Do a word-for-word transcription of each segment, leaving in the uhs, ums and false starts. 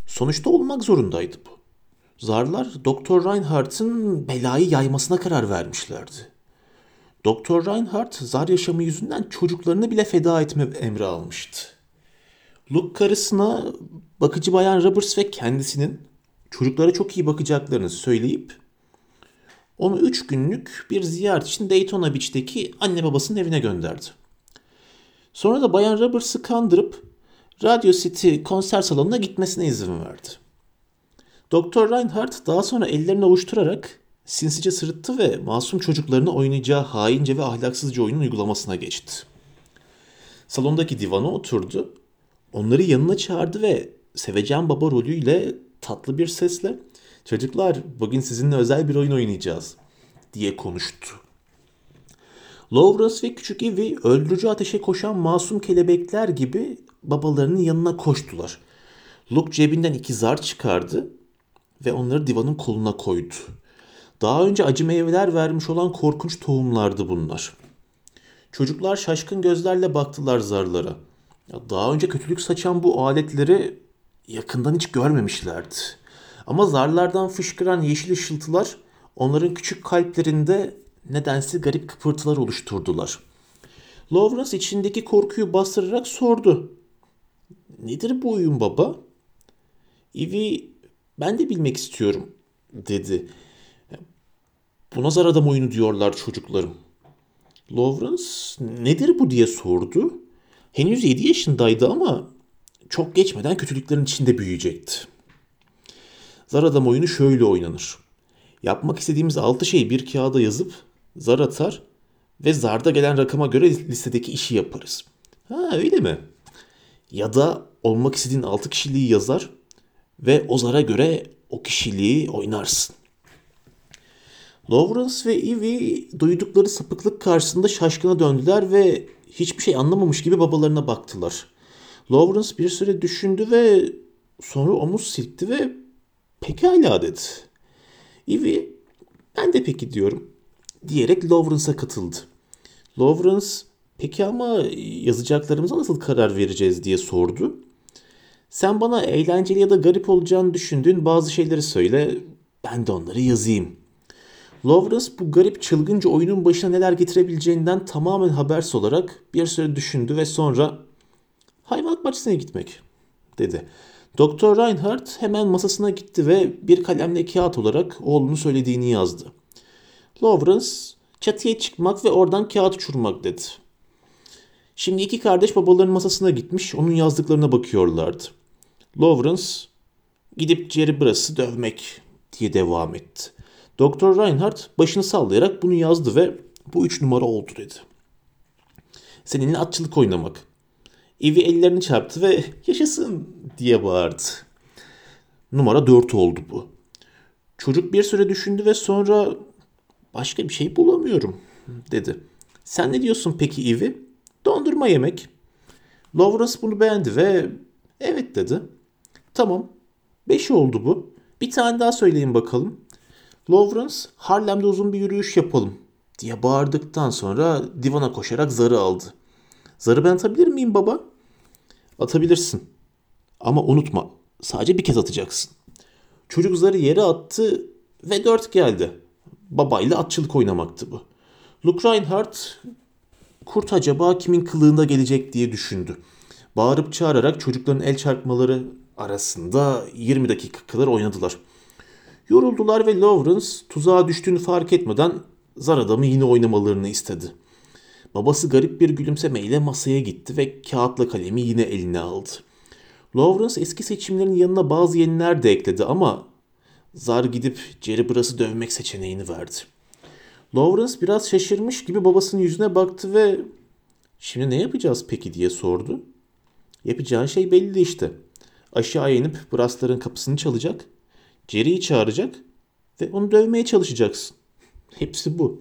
Sonuçta olmak zorundaydı bu. Zarlar Doktor Reinhardt'ın belayı yaymasına karar vermişlerdi. Doktor Reinhardt zar yaşamı yüzünden çocuklarını bile feda etme emri almıştı. Luke karısına bakıcı bayan Roberts ve kendisinin çocuklara çok iyi bakacaklarını söyleyip onu üç günlük bir ziyaret için Daytona Beach'teki anne babasının evine gönderdi. Sonra da bayan Roberts'ı kandırıp Radio City konser salonuna gitmesine izin verdi. Doktor Reinhardt daha sonra ellerini ovuşturarak sinsice sırıttı ve masum çocuklarını oynayacağı haince ve ahlaksızca oyunun uygulamasına geçti. Salondaki divana oturdu, onları yanına çağırdı ve sevecen baba rolüyle tatlı bir sesle "Çocuklar, bugün sizinle özel bir oyun oynayacağız," diye konuştu. Lawrence ve küçük Evie öldürücü ateşe koşan masum kelebekler gibi babalarının yanına koştular. Luke cebinden iki zar çıkardı ve onları divanın koluna koydu. Daha önce acı meyveler vermiş olan korkunç tohumlardı bunlar. Çocuklar şaşkın gözlerle baktılar zarlara. Daha önce kötülük saçan bu aletleri yakından hiç görmemişlerdi. Ama zarlardan fışkıran yeşil ışıltılar onların küçük kalplerinde nedense garip kıpırtılar oluşturdular. Lawrence içindeki korkuyu bastırarak sordu. "Nedir bu oyun baba?" Evie, "Ben de bilmek istiyorum," dedi. "Buna zar adam oyunu diyorlar çocuklarım." Lawrence "Nedir bu?" diye sordu. Henüz yedi yaşındaydı ama çok geçmeden kötülüklerin içinde büyüyecekti. Zar adam oyunu şöyle oynanır. Yapmak istediğimiz altı şeyi bir kağıda yazıp zar atar ve zarda gelen rakama göre listedeki işi yaparız. Ha, öyle mi? Ya da olmak istediğin altı kişiliği yazar ve o zara göre o kişiliği oynarsın. Lawrence ve Evie duydukları sapıklık karşısında şaşkına döndüler ve hiçbir şey anlamamış gibi babalarına baktılar. Lawrence bir süre düşündü ve sonra omuz silkti ve "Pekala," dedi. Evie, "Ben de peki diyorum," diyerek Lawrence'a katıldı. Lawrence, "Peki ama yazacaklarımıza nasıl karar vereceğiz?" diye sordu. "Sen bana eğlenceli ya da garip olacağını düşündüğün bazı şeyleri söyle, ben de onları yazayım." Lawrence bu garip çılgınca oyunun başına neler getirebileceğinden tamamen habersiz olarak bir süre düşündü ve sonra "Hayvanat bahçesine gitmek," dedi. Doktor Reinhardt hemen masasına gitti ve bir kalemle kağıt olarak oğlunun söylediğini yazdı. Lawrence, "Çatıya çıkmak ve oradan kağıt uçurmak," dedi. Şimdi iki kardeş babaların masasına gitmiş, onun yazdıklarına bakıyorlardı. Lawrence, "Gidip Jerry Brass'ı dövmek," diye devam etti. Doktor Reinhardt başını sallayarak bunu yazdı ve "Bu üç numara oldu," dedi. "Seninle atçılık oynamak." Evie ellerini çarptı ve "Yaşasın," diye bağırdı. Numara dört oldu bu. Çocuk bir süre düşündü ve sonra "Başka bir şey bulamıyorum," dedi. "Sen ne diyorsun peki Evie?" "Dondurma yemek." Lawrence bunu beğendi ve "Evet," dedi. "Tamam. Beş oldu bu. Bir tane daha söyleyin bakalım." Lawrence, "Harlem'de uzun bir yürüyüş yapalım," diye bağırdıktan sonra divana koşarak zarı aldı. "Zarı ben atabilir miyim baba?" "Atabilirsin. Ama unutma, sadece bir kez atacaksın." Çocuk zarı yere attı ve dört geldi. Babayla atçılık oynamaktı bu. Luke Reinhardt, "Kurt acaba kimin kılığında gelecek?" diye düşündü. Bağırıp çağırarak çocukların el çarpmaları arasında yirmi dakika kadar oynadılar. Yoruldular ve Lawrence tuzağa düştüğünü fark etmeden zar adamı yine oynamalarını istedi. Babası garip bir gülümsemeyle masaya gitti ve kağıtla kalemi yine eline aldı. Lawrence eski seçimlerin yanına bazı yeniler de ekledi ama zar gidip Jerry Brass'ı dövmek seçeneğini verdi. Lawrence biraz şaşırmış gibi babasının yüzüne baktı ve "Şimdi ne yapacağız peki?" diye sordu. "Yapacağın şey belli işte. Aşağıya inip Brass'ların kapısını çalacak, Jerry'yi çağıracak ve onu dövmeye çalışacaksın. Hepsi bu."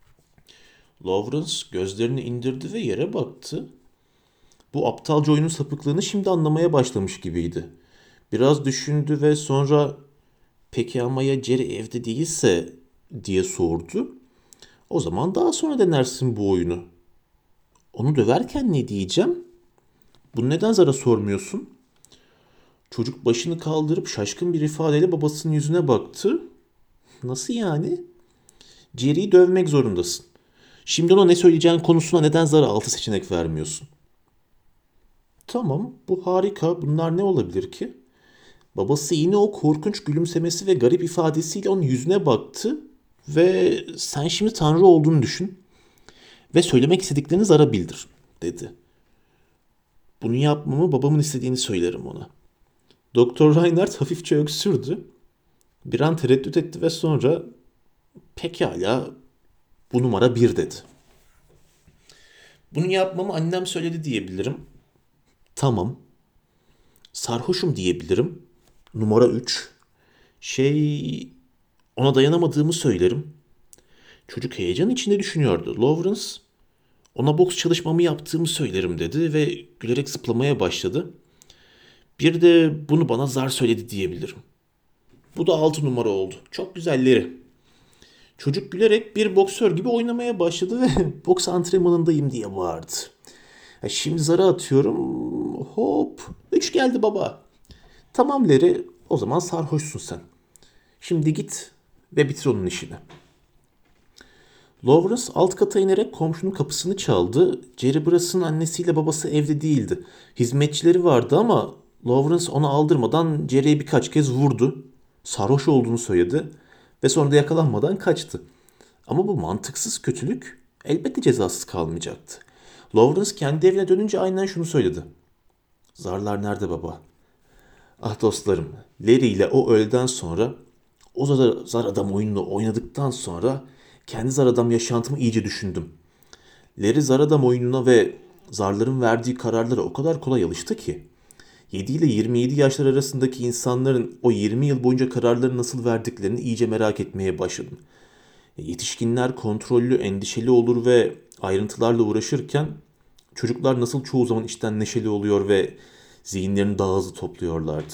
Lawrence gözlerini indirdi ve yere baktı. Bu aptalca oyunun sapıklığını şimdi anlamaya başlamış gibiydi. Biraz düşündü ve sonra "Peki ama ya Jerry evde değilse?" diye sordu. "O zaman daha sonra denersin bu oyunu." "Onu döverken ne diyeceğim?" "Bunu neden Zara sormuyorsun?" Çocuk başını kaldırıp şaşkın bir ifadeyle babasının yüzüne baktı. Nasıl yani? Jerry'i dövmek zorundasın. Şimdi ona ne söyleyeceğin konusuna neden Zara altı seçenek vermiyorsun? Tamam, bu harika. Bunlar ne olabilir ki? Babası yine o korkunç gülümsemesi ve garip ifadesiyle onun yüzüne baktı ve sen şimdi Tanrı olduğunu düşün ve söylemek istediklerini Zara bildir, dedi. Bunu yapmamı babamın istediğini söylerim ona. Doktor Reinhardt hafifçe öksürdü. Bir an tereddüt etti ve sonra pekala bu numara bir dedi. Bunu yapmamı annem söyledi diyebilirim. Tamam. Sarhoşum diyebilirim. Numara üç. Şey, ona dayanamadığımı söylerim. Çocuk heyecan içinde düşünüyordu. Lawrence, ona boks çalışmamı yaptığımı söylerim dedi ve gülerek zıplamaya başladı. Bir de bunu bana zar söyledi diyebilirim. Bu da altı numara oldu. Çok güzelleri. Çocuk gülerek bir boksör gibi oynamaya başladı ve boks antrenmanındayım diye bağırdı. Ya şimdi zarı atıyorum. Hop. Üç geldi baba. Tamam Larry, o zaman sarhoşsun sen. Şimdi git ve bitir onun işini. Lawrence alt kata inerek komşunun kapısını çaldı. Jerry Brass'ın annesiyle babası evde değildi. Hizmetçileri vardı ama Lawrence onu aldırmadan Jerry'e birkaç kez vurdu. Sarhoş olduğunu söyledi ve sonra da yakalanmadan kaçtı. Ama bu mantıksız kötülük elbette cezasız kalmayacaktı. Lawrence kendi evine dönünce aynen şunu söyledi. Zarlar nerede baba? Ah dostlarım, Larry ile o öğleden sonra, o zar, zar adam oyununu oynadıktan sonra kendi zar adam yaşantımı iyice düşündüm. Larry zar adam oyununa ve zarların verdiği kararlara o kadar kolay alıştı ki, yedi ile yirmi yedi yaşlar arasındaki insanların o yirmi yıl boyunca kararları nasıl verdiklerini iyice merak etmeye başladım. Yetişkinler kontrollü, endişeli olur ve ayrıntılarla uğraşırken çocuklar nasıl çoğu zaman içten neşeli oluyor ve zihinlerini daha hızlı topluyorlardı.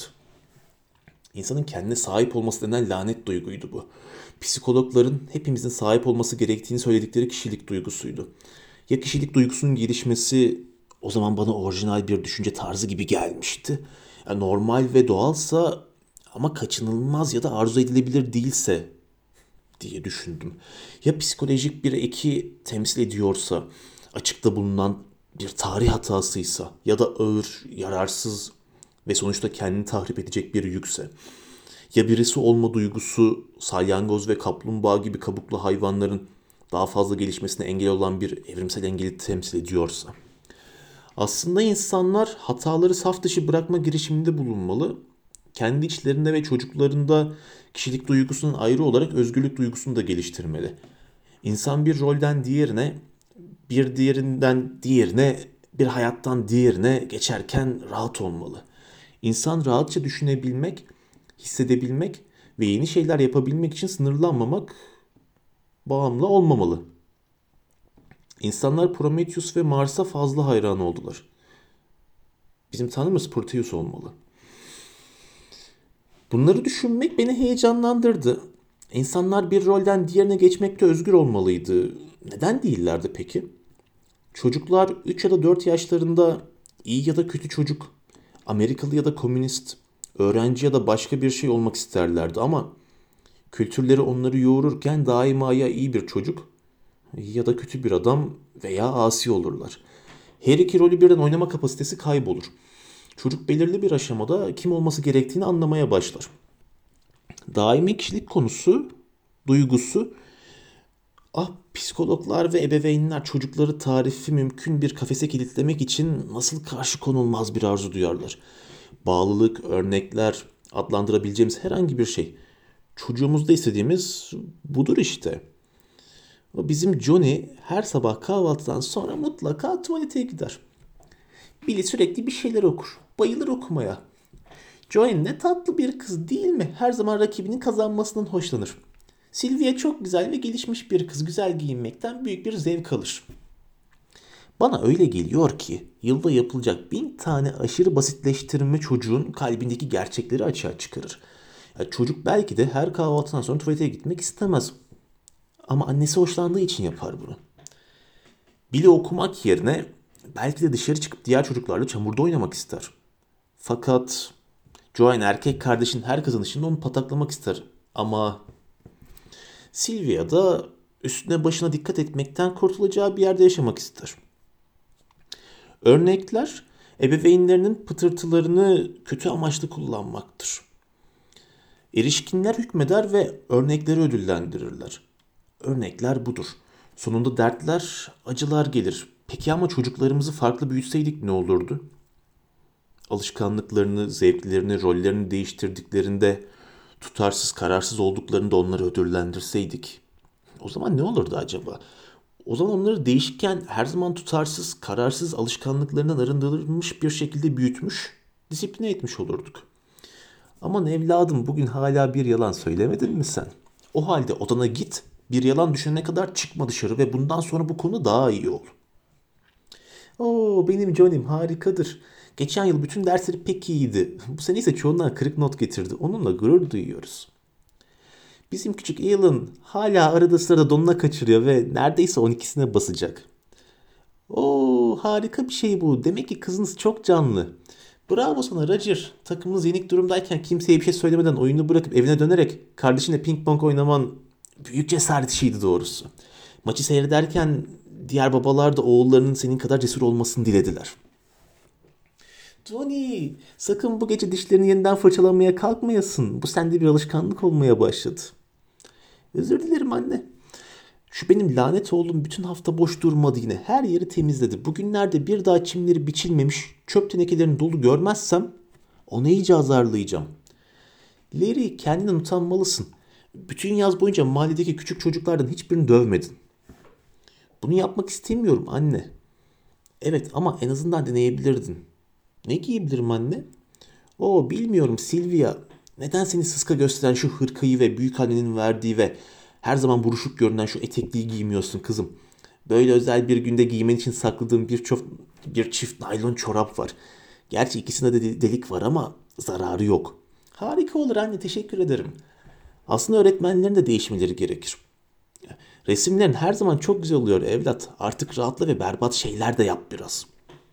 İnsanın kendine sahip olması denen lanet duyguydu bu. Psikologların hepimizin sahip olması gerektiğini söyledikleri kişilik duygusuydu. Ya kişilik duygusunun gelişmesi o zaman bana orijinal bir düşünce tarzı gibi gelmişti. Yani normal ve doğalsa ama kaçınılmaz ya da arzu edilebilir değilse diye düşündüm. Ya psikolojik bir eki temsil ediyorsa, açıkta bulunan bir tarih hatasıysa ya da ağır, yararsız ve sonuçta kendini tahrip edecek bir yükse. Ya birisi olma duygusu salyangoz ve kaplumbağa gibi kabuklu hayvanların daha fazla gelişmesine engel olan bir evrimsel engeli temsil ediyorsa. Aslında insanlar hataları saf dışı bırakma girişiminde bulunmalı. Kendi içlerinde ve çocuklarında kişilik duygusunun ayrı olarak özgürlük duygusunu da geliştirmeli. İnsan bir rolden diğerine, bir diğerinden diğerine, bir hayattan diğerine geçerken rahat olmalı. İnsan rahatça düşünebilmek, hissedebilmek ve yeni şeyler yapabilmek için sınırlanmamak, bağımlı olmamalı. İnsanlar Prometheus ve Mars'a fazla hayran oldular. Bizim tanrımız Proteus olmalı. Bunları düşünmek beni heyecanlandırdı. İnsanlar bir rolden diğerine geçmekte özgür olmalıydı. Neden değillerdi peki? Çocuklar üç ya da dört yaşlarında iyi ya da kötü çocuk, Amerikalı ya da komünist, öğrenci ya da başka bir şey olmak isterlerdi ama kültürleri onları yoğururken daima ya iyi bir çocuk ya da kötü bir adam veya asi olurlar. Her iki rolü birden oynama kapasitesi kaybolur. Çocuk belirli bir aşamada kim olması gerektiğini anlamaya başlar. Daimi kişilik konusu, duygusu, ah psikologlar ve ebeveynler çocukları tarifi mümkün bir kafese kilitlemek için nasıl karşı konulmaz bir arzu duyarlar. Bağlılık, örnekler, adlandırabileceğimiz herhangi bir şey. Çocuğumuzda istediğimiz budur işte. Bizim Johnny her sabah kahvaltıdan sonra mutlaka tuvalete gider. Billy sürekli bir şeyler okur. Bayılır okumaya. Joanne ne tatlı bir kız değil mi? Her zaman rakibinin kazanmasından hoşlanır. Sylvia çok güzel ve gelişmiş bir kız. Güzel giyinmekten büyük bir zevk alır. Bana öyle geliyor ki yılda yapılacak bin tane aşırı basitleştirme çocuğun kalbindeki gerçekleri açığa çıkarır. Ya çocuk belki de her kahvaltıdan sonra tuvalete gitmek istemez. Ama annesi hoşlandığı için yapar bunu. Billy okumak yerine belki de dışarı çıkıp diğer çocuklarla çamurda oynamak ister. Fakat Joanne erkek kardeşin her kazanışında onu pataklamak ister. Ama Sylvia da üstüne başına dikkat etmekten kurtulacağı bir yerde yaşamak ister. Örnekler ebeveynlerinin pıtırtılarını kötü amaçlı kullanmaktır. Erişkinler hükmeder ve örnekleri ödüllendirirler. Örnekler budur. Sonunda dertler, acılar gelir. Peki ama çocuklarımızı farklı büyütseydik ne olurdu? Alışkanlıklarını, zevklerini, rollerini değiştirdiklerinde, tutarsız, kararsız olduklarında onları ödüllendirseydik. O zaman ne olurdu acaba? O zaman onları değişken, her zaman tutarsız, kararsız alışkanlıklarından arındırılmış bir şekilde büyütmüş, disipline etmiş olurduk. Aman evladım, bugün hala bir yalan söylemedin mi sen? O halde odana git, bir yalan düşünene kadar çıkma dışarı ve bundan sonra bu konu daha iyi ol. Oo, benim Johnny'm harikadır. Geçen yıl bütün dersleri pek iyiydi. Bu sene ise çoğundan kırık not getirdi. Onunla gurur duyuyoruz. Bizim küçük Alan hala arada sırada donuna kaçırıyor ve neredeyse on ikisine basacak. Oo, harika bir şey bu. Demek ki kızınız çok canlı. Bravo sana Roger. Takımınız yenik durumdayken kimseye bir şey söylemeden oyunu bırakıp evine dönerek kardeşinle ping pong oynaman büyük cesaret işiydi doğrusu. Maçı seyrederken diğer babalar da oğullarının senin kadar cesur olmasını dilediler. Tony, sakın bu gece dişlerini yeniden fırçalamaya kalkmayasın. Bu sende bir alışkanlık olmaya başladı. Özür dilerim anne. Şu benim lanet oğlum bütün hafta boş durmadı yine. Her yeri temizledi. Bugünlerde bir daha çimleri biçilmemiş, çöp tenekelerini dolu görmezsem onu iyice azarlayacağım. Larry, kendinden utanmalısın. Bütün yaz boyunca mahalledeki küçük çocuklardan hiçbirini dövmedin. Bunu yapmak istemiyorum anne. Evet ama en azından deneyebilirdin. Ne giyebilirim anne? Oo, bilmiyorum Sylvia. Neden seni sıska gösteren şu hırkayı ve büyük annenin verdiği ve her zaman buruşuk görünen şu etekliği giymiyorsun kızım? Böyle özel bir günde giymen için sakladığım bir, çof, bir çift naylon çorap var. Gerçi ikisinde de delik var ama zararı yok. Harika olur anne, teşekkür ederim. Aslında öğretmenlerin de değişmeleri gerekir. Resimlerin her zaman çok güzel oluyor evlat. Artık rahatla ve berbat şeyler de yap biraz.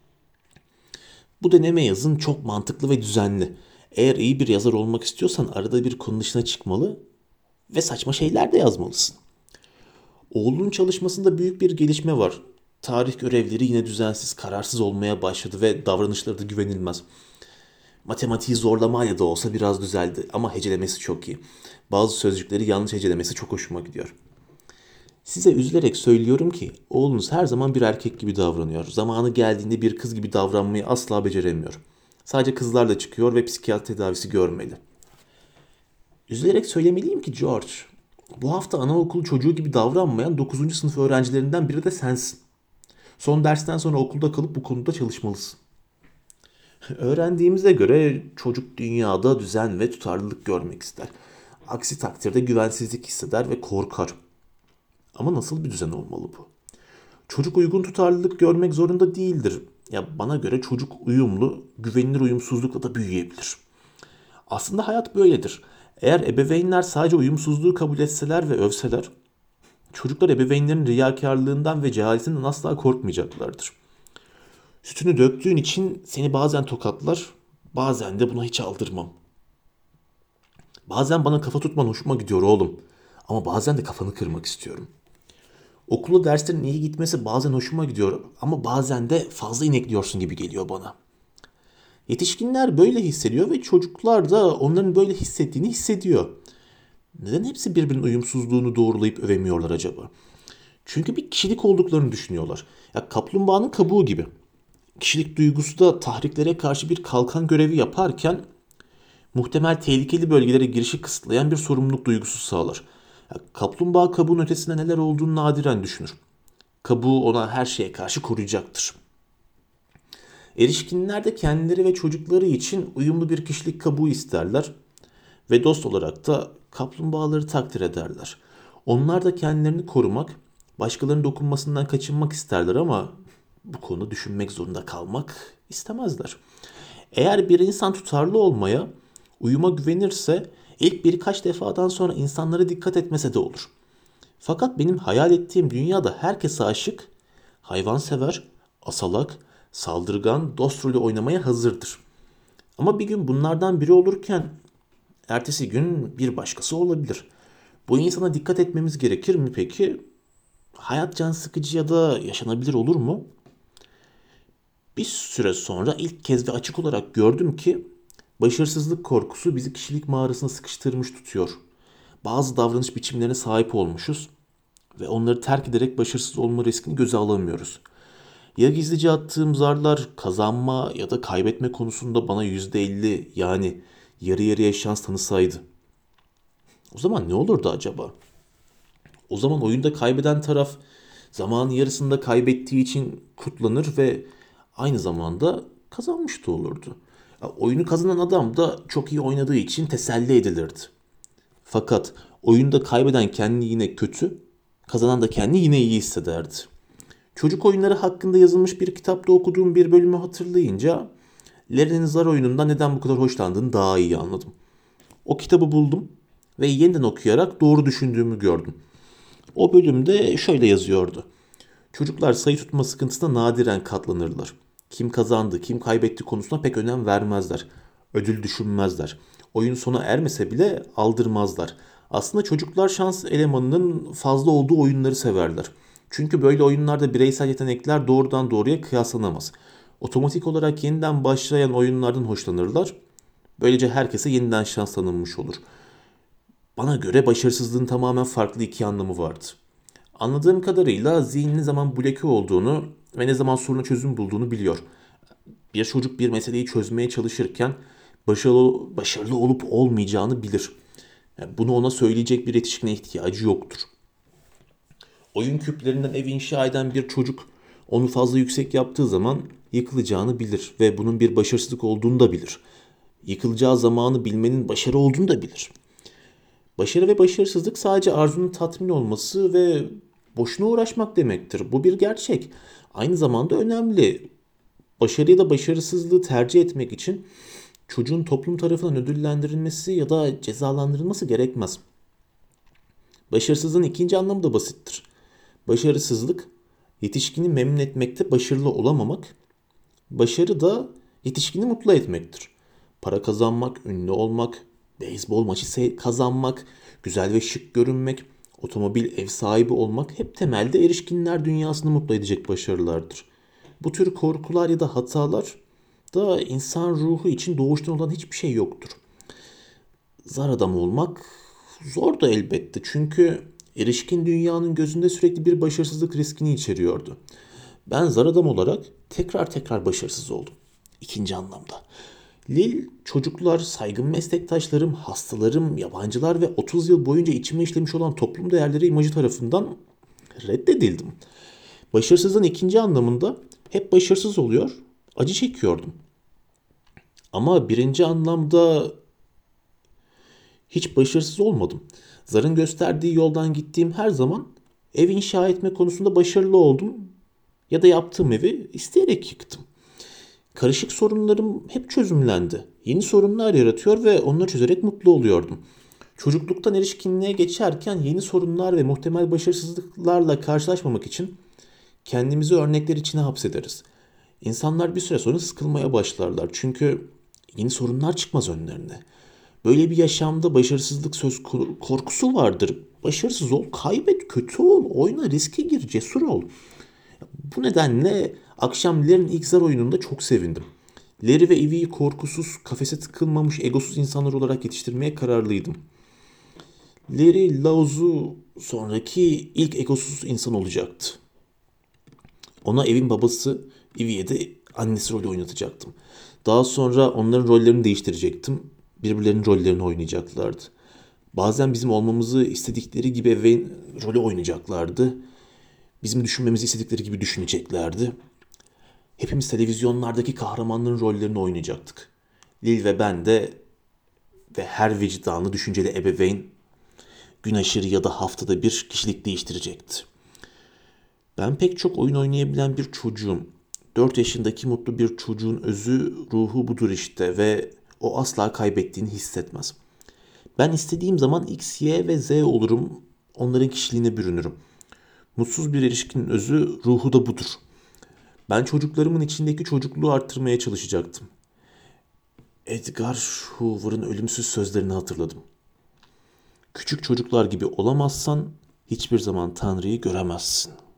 Bu deneme yazın çok mantıklı ve düzenli. Eğer iyi bir yazar olmak istiyorsan arada bir konu dışına çıkmalı ve saçma şeyler de yazmalısın. Oğlunun çalışmasında büyük bir gelişme var. Tarih görevleri yine düzensiz, kararsız olmaya başladı ve davranışları da güvenilmez. Matematiği zorlamayla da olsa biraz düzeldi ama hecelemesi çok iyi. Bazı sözcükleri yanlış hecelemesi çok hoşuma gidiyor. Size üzülerek söylüyorum ki oğlunuz her zaman bir erkek gibi davranıyor. Zamanı geldiğinde bir kız gibi davranmayı asla beceremiyor. Sadece kızlarla çıkıyor ve psikiyatri tedavisi görmeli. Üzülerek söylemeliyim ki George, bu hafta anaokulu çocuğu gibi davranmayan dokuzuncu sınıf öğrencilerinden biri de sensin. Son dersten sonra okulda kalıp bu konuda çalışmalısın. Öğrendiğimize göre çocuk dünyada düzen ve tutarlılık görmek ister. Aksi takdirde güvensizlik hisseder ve korkar. Ama nasıl bir düzen olmalı bu? Çocuk uygun tutarlılık görmek zorunda değildir. Ya bana göre çocuk uyumlu, güvenilir uyumsuzlukla da büyüyebilir. Aslında hayat böyledir. Eğer ebeveynler sadece uyumsuzluğu kabul etseler ve övseler, çocuklar ebeveynlerin riyakarlığından ve cehaletinden asla korkmayacaklardır. Sütünü döktüğün için seni bazen tokatlar, bazen de buna hiç aldırmam. Bazen bana kafa tutman hoşuma gidiyor oğlum. Ama bazen de kafanı kırmak istiyorum. Okula derslerin iyi gitmesi bazen hoşuma gidiyor ama bazen de fazla inekliyorsun gibi geliyor bana. Yetişkinler böyle hissediyor ve çocuklar da onların böyle hissettiğini hissediyor. Neden hepsi birbirinin uyumsuzluğunu doğrulayıp övemiyorlar acaba? Çünkü bir kişilik olduklarını düşünüyorlar. Ya kaplumbağanın kabuğu gibi. Kişilik duygusu da tahriklere karşı bir kalkan görevi yaparken muhtemel tehlikeli bölgelere girişi kısıtlayan bir sorumluluk duygusu sağlar. Ya, kaplumbağa kabuğun ötesinde neler olduğunu nadiren düşünür. Kabuğu ona her şeye karşı koruyacaktır. Erişkinler de kendileri ve çocukları için uyumlu bir kişilik kabuğu isterler ve dost olarak da kaplumbağaları takdir ederler. Onlar da kendilerini korumak, başkalarının dokunmasından kaçınmak isterler ama bu konuda düşünmek zorunda kalmak istemezler. Eğer bir insan tutarlı olmaya, uyuma güvenirse ilk birkaç defadan sonra insanlara dikkat etmese de olur. Fakat benim hayal ettiğim dünyada herkese aşık, hayvansever, asalak, saldırgan, dost rolü oynamaya hazırdır. Ama bir gün bunlardan biri olurken ertesi gün bir başkası olabilir. Bu insana dikkat etmemiz gerekir mi peki? Hayat can sıkıcı ya da yaşanabilir olur mu? Bir süre sonra ilk kez ve açık olarak gördüm ki başarısızlık korkusu bizi kişilik mağarasına sıkıştırmış tutuyor. Bazı davranış biçimlerine sahip olmuşuz ve onları terk ederek başarısız olma riskini göze alamıyoruz. Ya gizlice attığım zarlar kazanma ya da kaybetme konusunda bana yüzde elli yani yarı yarıya şans tanısaydı. O zaman ne olurdu acaba? O zaman oyunda kaybeden taraf zamanın yarısında kaybettiği için kutlanır ve aynı zamanda kazanmış da olurdu. Ya, oyunu kazanan adam da çok iyi oynadığı için teselli edilirdi. Fakat oyunda kaybeden kendini yine kötü, kazanan da kendini yine iyi hissederdi. Çocuk oyunları hakkında yazılmış bir kitapta okuduğum bir bölümü hatırlayınca Larry'nin zar oyunundan neden bu kadar hoşlandığını daha iyi anladım. O kitabı buldum ve yeniden okuyarak doğru düşündüğümü gördüm. O bölümde şöyle yazıyordu. Çocuklar sayı tutma sıkıntısına nadiren katlanırlar. Kim kazandı, kim kaybetti konusuna pek önem vermezler. Ödül düşünmezler. Oyun sona ermese bile aldırmazlar. Aslında çocuklar şans elemanının fazla olduğu oyunları severler. Çünkü böyle oyunlarda bireysel yetenekler doğrudan doğruya kıyaslanamaz. Otomatik olarak yeniden başlayan oyunlardan hoşlanırlar. Böylece herkese yeniden şans tanınmış olur. Bana göre başarısızlığın tamamen farklı iki anlamı vardı. Anladığım kadarıyla zihin ne zaman bloke olduğunu ve ne zaman soruna çözüm bulduğunu biliyor. Bir çocuk bir meseleyi çözmeye çalışırken başarılı, başarılı olup olmayacağını bilir. Yani bunu ona söyleyecek bir yetişkine ihtiyacı yoktur. Oyun küplerinden ev inşa eden bir çocuk onu fazla yüksek yaptığı zaman yıkılacağını bilir ve bunun bir başarısızlık olduğunu da bilir. Yıkılacağı zamanı bilmenin başarı olduğunu da bilir. Başarı ve başarısızlık sadece arzunun tatmin olması ve boşuna uğraşmak demektir. Bu bir gerçek. Aynı zamanda önemli. Başarı ya da başarısızlığı tercih etmek için çocuğun toplum tarafından ödüllendirilmesi ya da cezalandırılması gerekmez. Başarısızlığın ikinci anlamı da basittir. Başarısızlık, yetişkini memnun etmekte başarılı olamamak, başarı da yetişkini mutlu etmektir. Para kazanmak, ünlü olmak, beyzbol maçı kazanmak, güzel ve şık görünmek, otomobil ev sahibi olmak hep temelde erişkinler dünyasını mutlu edecek başarılardır. Bu tür korkular ya da hatalar da insan ruhu için doğuştan olan hiçbir şey yoktur. Zar adam olmak zor da elbette çünkü erişkin dünyanın gözünde sürekli bir başarısızlık riskini içeriyordu. Ben zar adam olarak tekrar tekrar başarısız oldum. İkinci anlamda. Lil, çocuklar, saygın meslektaşlarım, hastalarım, yabancılar ve otuz yıl boyunca içime işlemiş olan toplum değerleri imajı tarafından reddedildim. Başarısızlığın ikinci anlamında hep başarısız oluyor, acı çekiyordum. Ama birinci anlamda hiç başarısız olmadım. Zar'ın gösterdiği yoldan gittiğim her zaman ev inşa etme konusunda başarılı oldum ya da yaptığım evi isteyerek yıktım. Karışık sorunlarım hep çözümlendi. Yeni sorunlar yaratıyor ve onları çözerek mutlu oluyordum. Çocukluktan erişkinliğe geçerken yeni sorunlar ve muhtemel başarısızlıklarla karşılaşmamak için kendimizi örnekler içine hapsederiz. İnsanlar bir süre sonra sıkılmaya başlarlar çünkü yeni sorunlar çıkmaz önlerine. Böyle bir yaşamda başarısızlık söz korkusu vardır. Başarısız ol, kaybet, kötü ol, oyna, riske gir, cesur ol. Bu nedenle akşam Larry'nin ilk zar oyununda çok sevindim. Larry ve Evie'yi korkusuz, kafese tıkılmamış, egosuz insanlar olarak yetiştirmeye kararlıydım. Larry, Laozu sonraki ilk egosuz insan olacaktı. Ona evin babası, Evie'ye de annesi rolü oynatacaktım. Daha sonra onların rollerini değiştirecektim. Birbirlerinin rollerini oynayacaklardı. Bazen bizim olmamızı istedikleri gibi ebeveyn rolü oynayacaklardı. Bizim düşünmemizi istedikleri gibi düşüneceklerdi. Hepimiz televizyonlardaki kahramanların rollerini oynayacaktık. Lil ve ben de ve her vicdanlı düşünceli ebeveyn gün aşırı ya da haftada bir kişilik değiştirecekti. Ben pek çok oyun oynayabilen bir çocuğum. dört yaşındaki mutlu bir çocuğun özü, ruhu budur işte ve o asla kaybettiğini hissetmez. Ben istediğim zaman X, Y ve Z olurum, onların kişiliğine bürünürüm. Mutsuz bir erişkinin özü, ruhu da budur. Ben çocuklarımın içindeki çocukluğu arttırmaya çalışacaktım. Edgar Hoover'ın ölümsüz sözlerini hatırladım. Küçük çocuklar gibi olamazsan hiçbir zaman Tanrı'yı göremezsin.